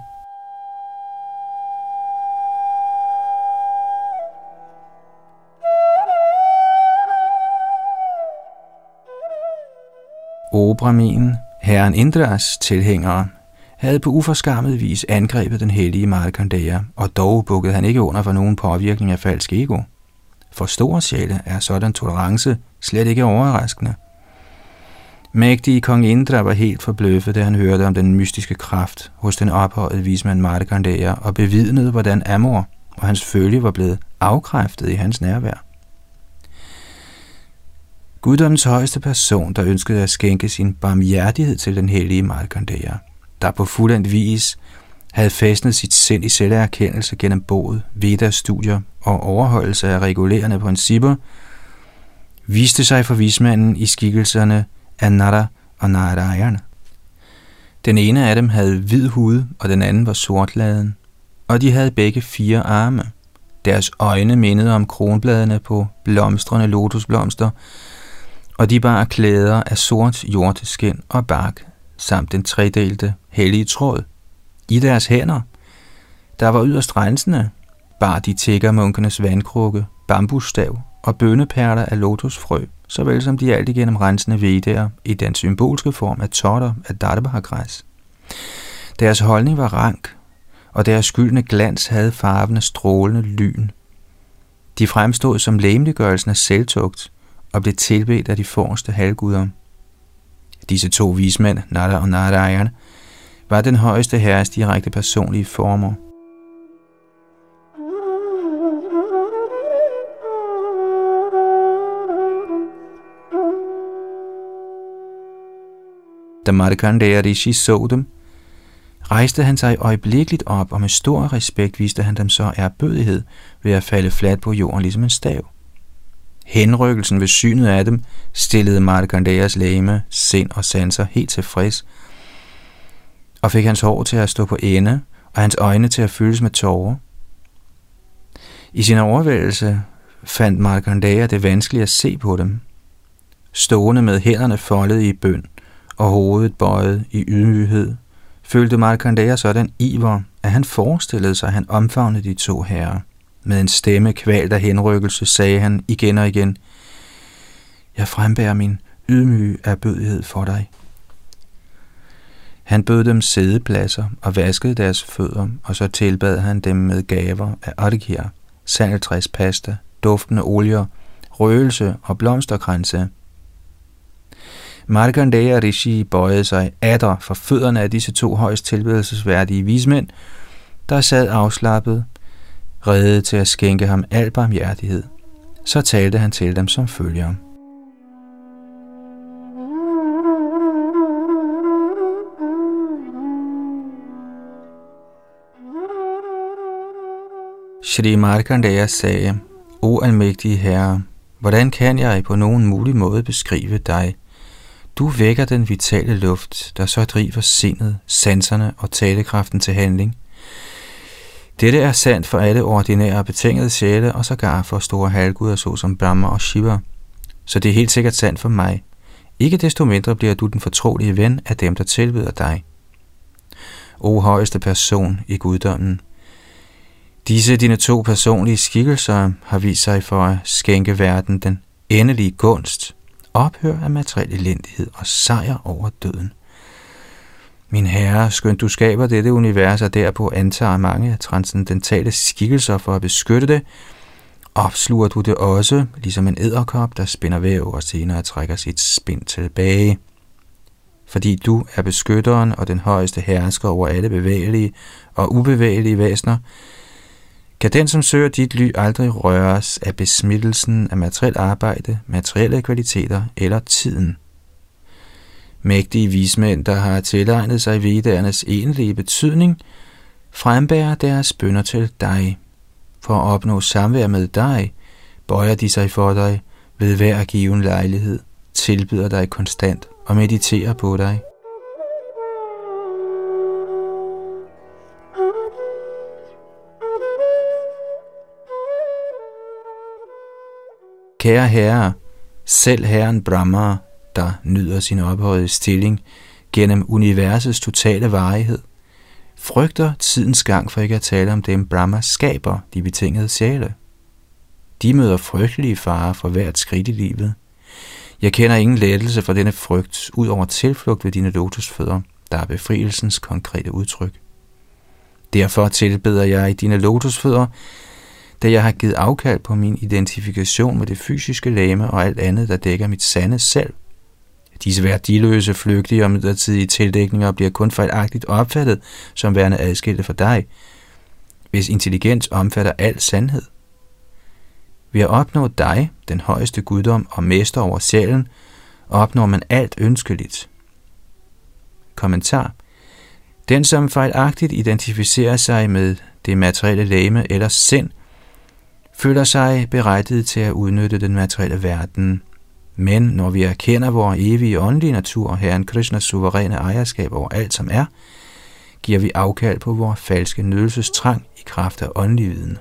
O Brahmin, herren Indras tilhængere, havde på uforskammet vis angrebet den hellige Markandeya, og dog bukkede han ikke under for nogen påvirkning af falsk ego. For store sjæle er sådan tolerance slet ikke overraskende. Mægtige kong Indra var helt forbløffet, da han hørte om den mystiske kraft hos den ophøjede vismand Markandeya, og bevidnede, hvordan Amor og hans følge var blevet afkræftet i hans nærvær. Guddommens højeste person, der ønskede at skænke sin barmhjertighed til den hellige Markandeya, der på fuldendt vis havde fæstnet sit sind i selverkendelse gennem bod, Veda-studier og overholdelse af regulerende principper, viste sig for vismanden i skikkelserne af Nara og Narayana. Den ene af dem havde hvid hud, og den anden var sortladen, og de havde begge fire arme. Deres øjne mindede om kronbladene på blomstrende lotusblomster, og de bar klæder af sort hjorteskin og bark, samt den tredelte hellige tråd. I deres hænder, der var yderst rensende, bar de tiggermunkenes vandkrukke, bambusstav og bønneperler af lotusfrø, såvel som de alt igennem rensende vedaer i den symbolske form af totter af dattebærgræs. Deres holdning var rank, og deres skyldne glans havde farven af strålende lyn. De fremstod som legemliggørelsen af selvtugt og blev tilbedt af de forreste halvguder. Disse to vismænd, Nara og Narayana, var den højeste herres direkte personlige former. Da Markandeya Rishi så dem, rejste han sig øjeblikkeligt op, og med stor respekt viste han dem så ærbødighed ved at falde fladt på jorden ligesom en stav. Henrykkelsen ved synet af dem stillede Markandeyas legeme, sind og sanser helt tilfreds, og fik hans hår til at stå på ende, og hans øjne til at fyldes med tårer. I sin overvældelse fandt Markandeya det vanskeligt at se på dem. Stående med hænderne foldet i bøn og hovedet bøjet i ydmyghed, følte Markandeya sådan iver, at han forestillede sig, at han omfavnede de to herrer. Med en stemme kvalt af henrykkelse sagde han igen og igen: Jeg frembærer min ydmyge ærbødighed for dig. Han bød dem sædepladser og vaskede deres fødder, og så tilbad han dem med gaver af artikher, sandeltræspasta, duftende olier, røgelse og blomsterkranse. Markandeya Rishi bøjede sig atter for fødderne af disse to højst tilbedelsesværdige vismænd, der sad afslappet, rede til at skænke ham al barmhjertighed. Så talte han til dem som følger. Shri Markandeya sagde: O almægtige herre, hvordan kan jeg på nogen mulig måde beskrive dig? Du vækker den vitale luft, der så driver sindet, sanserne og talekraften til handling. Dette er sandt for alle ordinære og betingede sjæle, og sågar for store halvguder såsom Brahma og Shiva. Så det er helt sikkert sandt for mig. Ikke desto mindre bliver du den fortrolige ven af dem, der tilbyder dig. O højeste person i guddommen, disse dine to personlige skikkelser har vist sig for at skænke verden den endelige gunst, ophør af materiel elendighed og sejr over døden. Min herre, skønt du skaber dette univers og derpå antager mange transcendentale skikkelser for at beskytte det, opsluger du det også, ligesom en edderkop, der spinder væv og senere trækker sit spind tilbage. Fordi du er beskytteren og den højeste hersker over alle bevægelige og ubevægelige væsener, kan den, som søger dit ly, aldrig røres af besmittelsen af materielt arbejde, materielle kvaliteter eller tiden. Mægtige vismænd, der har tilegnet sig vedaernes egentlige betydning, frembærer deres bønner til dig. For at opnå samvær med dig, bøjer de sig for dig ved hver given lejlighed, tilbyder dig konstant og mediterer på dig. Kære herre, selv herren Brahma, der nyder sin ophøjede stilling gennem universets totale varighed, frygter tidens gang for ikke at tale om dem, Brahma skaber, de betingede sjæle. De møder frygtelige farer for hvert skridt i livet. Jeg kender ingen lettelse for denne frygt, ud over tilflugt ved dine lotusfødder, der er befrielsens konkrete udtryk. Derfor tilbeder jeg i dine lotusfødder, da jeg har givet afkald på min identifikation med det fysiske legeme og alt andet, der dækker mit sande selv. Disse værdiløse, flygtige og midlertidige tildækninger bliver kun fejlagtigt opfattet som værende adskilte fra dig, hvis intelligens omfatter al sandhed. Ved at opnå dig, den højeste guddom og mester over sjælen, opnår man alt ønskeligt. Kommentar. Den, som fejlagtigt identificerer sig med det materielle legeme eller sind, føler sig berettiget til at udnytte den materielle verden. Men når vi erkender vores evige åndelige natur og Herren Krishnas suveræne ejerskab over alt som er, giver vi afkald på vores falske nydelsestrang i kraft af åndelig viden.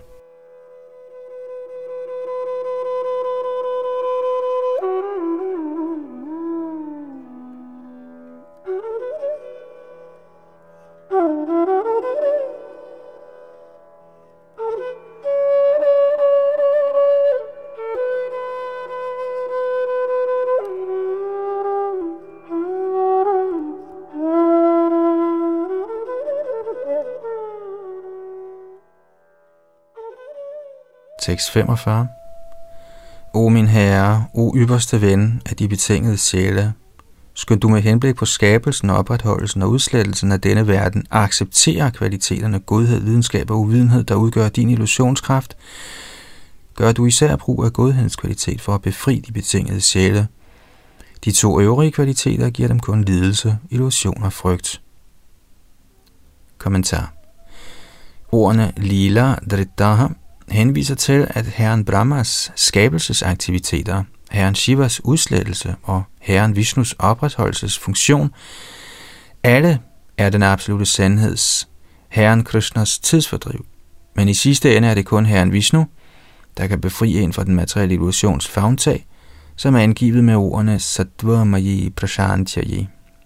Tekst femogfyrre. O min herre, o ypperste ven af de betingede sjæle, skønt du med henblik på skabelsen, opretholdelsen og udslettelsen af denne verden accepterer kvaliteterne godhed, videnskab og uvidenhed, der udgør din illusionskraft, gør du især brug af godhedens kvalitet for at befri de betingede sjæle. De to øvrige kvaliteter giver dem kun lidelse, illusion og frygt. Kommentar. Ordene lila dritaha henviser til, at herren Brahmas skabelsesaktiviteter, herren Shivas udslettelse og herren Vishnus opretholdelsesfunktion, alle er den absolute sandheds, herren Krishnas tidsfordriv. Men i sidste ende er det kun herren Vishnu, der kan befri en fra den materielle illusions favntag, som er angivet med ordene Sattva-mayi prashantyayi.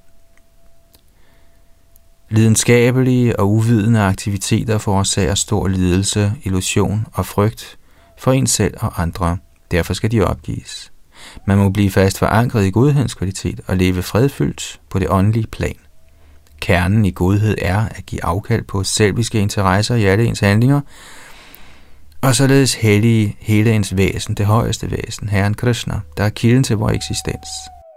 Lidenskabelige og uvidende aktiviteter forårsager stor lidelse, illusion og frygt for en selv og andre. Derfor skal de opgives. Man må blive fast forankret i godhedens kvalitet og leve fredfyldt på det åndelige plan. Kernen i godhed er at give afkald på selviske interesser i alle ens handlinger, og således hellige hele ens væsen, det højeste væsen, Herren Krishna, der er kilden til vores eksistens.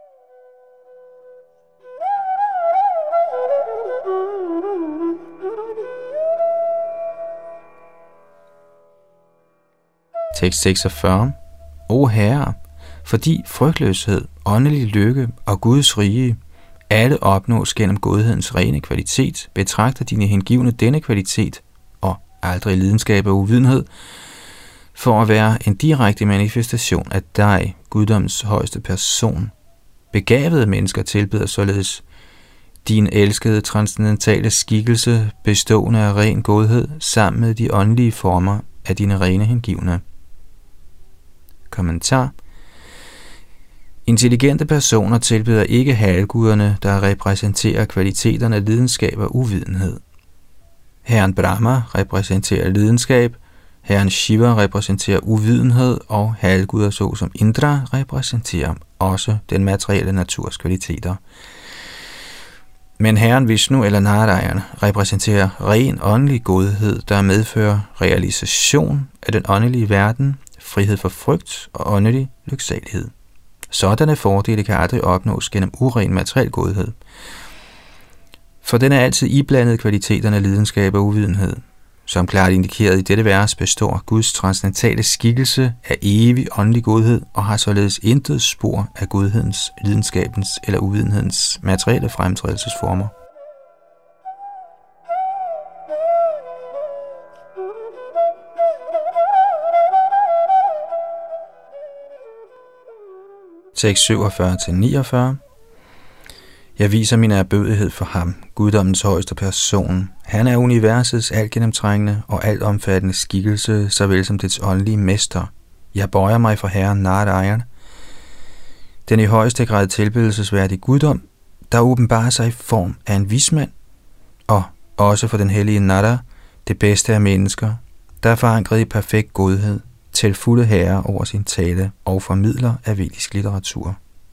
Tekst seksogfyrre. O Herre, fordi frygtløshed, åndelig lykke og Guds rige alle opnås gennem godhedens rene kvalitet, betragter dine hengivne denne kvalitet og aldrig lidenskab og uvidenhed for at være en direkte manifestation af dig, guddoms højeste person. Begavede mennesker tilbeder således din elskede transcendentale skikkelse, bestående af ren godhed, sammen med de åndelige former af dine rene hengivne. Kommentar. Intelligente personer tilbeder ikke halvguderne, der repræsenterer kvaliteterne af lidenskab og uvidenhed. Herren Brahma repræsenterer lidenskab, Herren Shiva repræsenterer uvidenhed, og halvguder såsom Indra repræsenterer også den materielle naturs kvaliteter. Men Herren Vishnu eller Narayan repræsenterer ren åndelig godhed, der medfører realisation af den åndelige verden, frihed for frygt og åndelig lyksalighed. Sådanne fordele kan aldrig opnås gennem uren materiel godhed, for den er altid iblandet kvaliteterne af lidenskab og uvidenhed. Som klart indikeret i dette vers består Guds transcendentale skikkelse af evig åndelig godhed og har således intet spor af godhedens, lidenskabens eller uvidenhedens materielle fremtrædelsesformer. Tekst syvogfyrre til niogfyrre. Jeg viser min erbødighed for ham, guddommens højeste person. Han er universets altgennemtrængende og altomfattende skikkelse, såvel som dets åndelige mester. Jeg bøjer mig for Herren Narayan, den i højeste grad tilbedelsesværdige guddom, der åbenbarer sig i form af en vismand, og også for den hellige Nara, det bedste af mennesker, der er forankret i perfekt godhed, til fulde herre over sin tale og formidler af vedisk litteratur.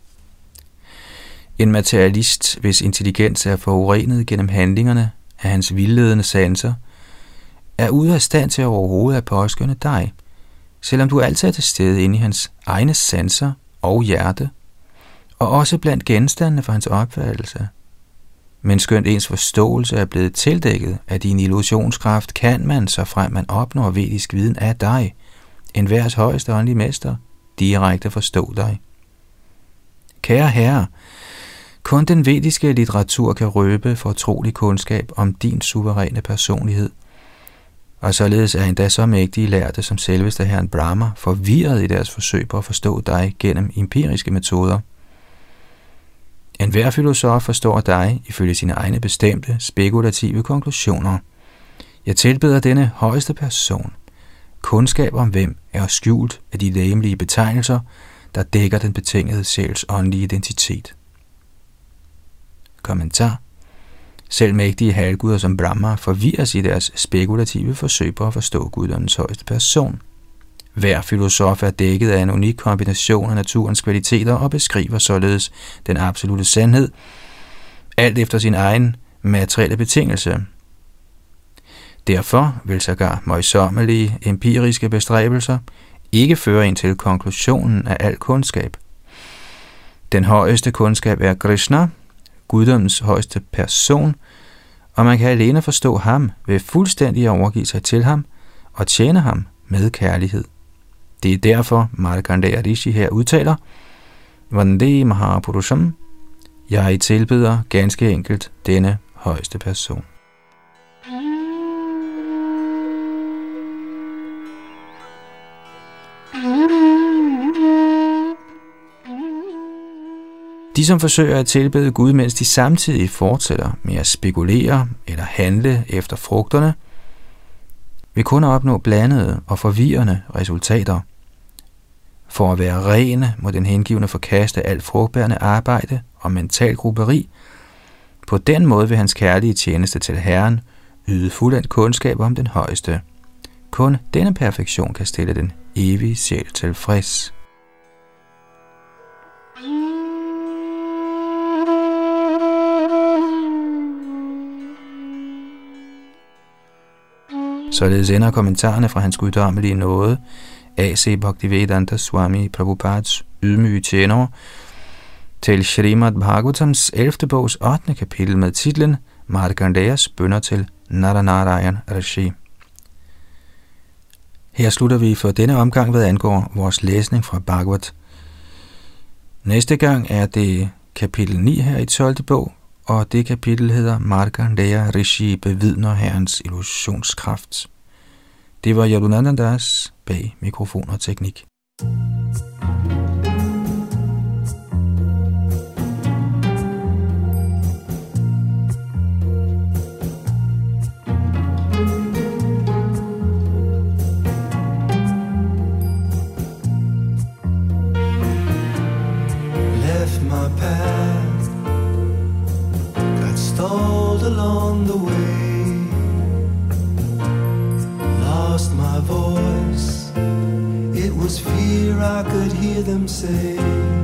En materialist, hvis intelligens er forurenet gennem handlingerne af hans vildledende sanser, er ude af stand til overhovedet at påskynde dig, selvom du altid er til stede inde i hans egne sanser og hjerte, og også blandt genstandene for hans opfattelse. Men skønt ens forståelse er blevet tildækket af din illusionskraft, kan man, så frem man opnår vedisk viden af dig, enhvers højeste åndelige mester, direkte forstå dig. Kære herre, kun den vediske litteratur kan røbe fortrolig kundskab om din suveræne personlighed, og således er endda så mægtige lærte som selveste Herren Brahma forvirret i deres forsøg på at forstå dig gennem empiriske metoder. Enhver filosof forstår dig ifølge sine egne bestemte, spekulative konklusioner. Jeg tilbeder denne højeste person. Kundskab om hvem er skjult af de legemlige betegnelser, der dækker den betingede sjæls åndelige identitet. Kommentar. Selv mægtige halvguder som Brahma forvirres i deres spekulative forsøg på at forstå guddommens højeste person. Hver filosof er dækket af en unik kombination af naturens kvaliteter og beskriver således den absolute sandhed, alt efter sin egen materielle betingelse. Derfor vil sågar møjsommelige empiriske bestræbelser ikke føre ind til konklusionen af al kundskab. Den højeste kundskab er Krishna, guddommens højeste person, og man kan alene forstå ham ved fuldstændig at overgive sig til ham og tjene ham med kærlighed. Det er derfor Markandeya Rishi her udtaler, Vande Mahapurusham, jeg tilbeder ganske enkelt denne højeste person. De, som forsøger at tilbede Gud, mens de samtidig fortsætter med at spekulere eller handle efter frugterne, vil kun opnå blandede og forvirrende resultater. For at være rene må den hengivne forkaste alt frugtbærende arbejde og mental grupperi. På den måde vil hans kærlige tjeneste til Herren yde fuldendt kundskab om den højeste. Kun denne perfektion kan stille den evige sjæl tilfreds. Således ender kommentarerne fra hans guddommelige nåde, A C Bhaktivedanta Swami Prabhupads ydmyge tjenere, til Srimad Bhagavatams ellevte bogs ottende kapitel med titlen Markandeyas bønner til Naranarayan Rishi. Her slutter vi for denne omgang, hvad angår vores læsning fra Bhagavat. Næste gang er det kapitel ni her i tolvte bog, og det kapitel hedder Markandeya Rishi bevidner Herrens illusionskraft. Det var Yadunandan Das bag mikrofon og teknik. my path got stalled along the way. Lost my voice, it was fear I could hear them say.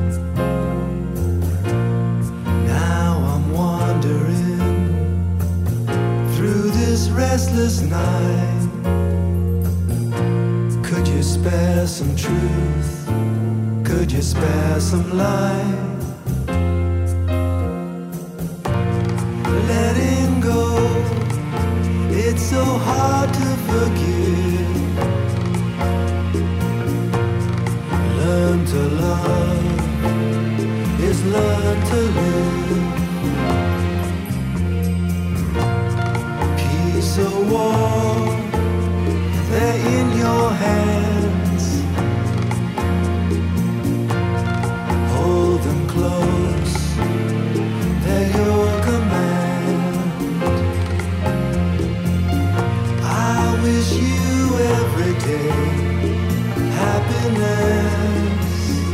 Now I'm wandering through this restless night. Could you spare some truth? Could you spare some light? Letting go, it's so hard to forgive. Learn to love is learn to live. Peace or war, they're in your hands. Hold them close, they're your command. I wish you every day happiness.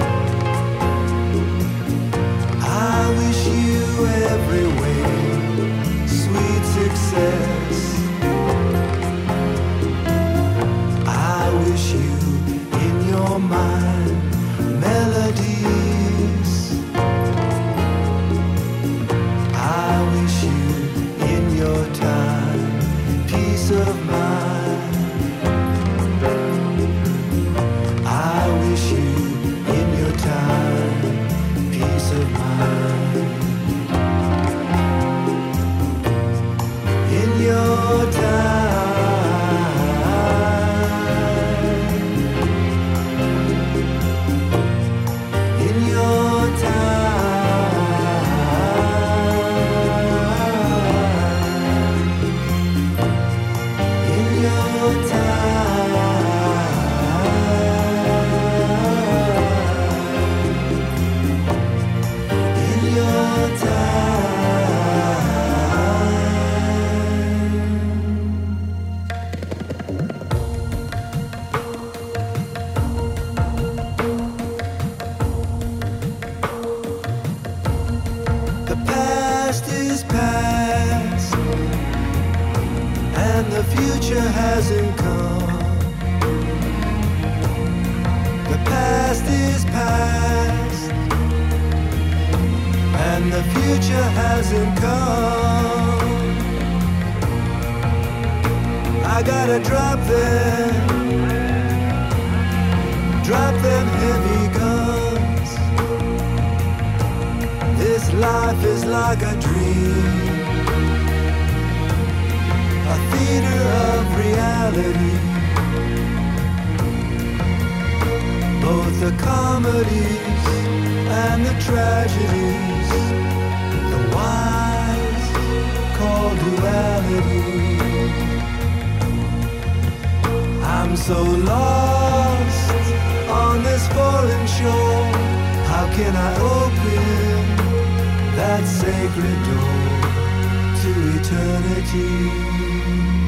I wish you every way sweet success. I wish you in your mind melodies. I wish you in your time peace of mind. I wish you in your time peace of mind. In your time. The future hasn't come. The past is past, and the future hasn't come. I gotta drop them, drop them heavy guns. This life is like a dream, a theater of reality. Both the comedies and the tragedies, the wise call duality. I'm so lost on this foreign shore. How can I open that sacred door to eternity?